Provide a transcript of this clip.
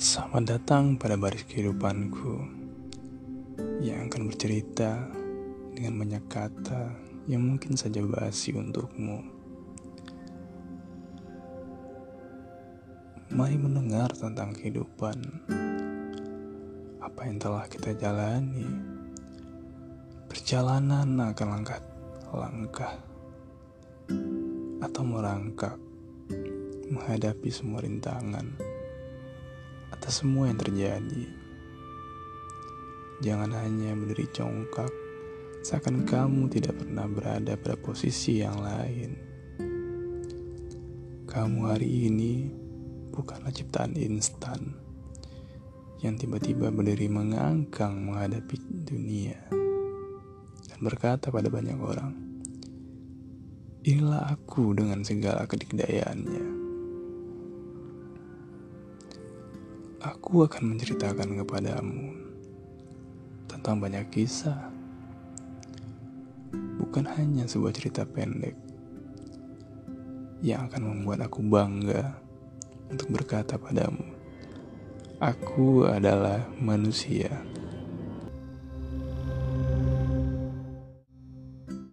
Selamat datang pada baris kehidupanku yang akan bercerita dengan banyak kata yang mungkin saja basi untukmu. Mari mendengar tentang kehidupan, apa yang telah kita jalani, perjalanan akan langkah atau merangkak menghadapi semua rintangan atas semua yang terjadi. Jangan hanya berdiri congkak seakan kamu tidak pernah berada pada posisi yang lain. Kamu hari ini bukanlah ciptaan instan yang tiba-tiba berdiri mengangkang menghadapi dunia dan berkata pada banyak orang, "Inilah aku dengan segala kedikdayaannya." Aku akan menceritakan kepadamu tentang banyak kisah, bukan hanya sebuah cerita pendek yang akan membuat aku bangga untuk berkata padamu, aku adalah manusia.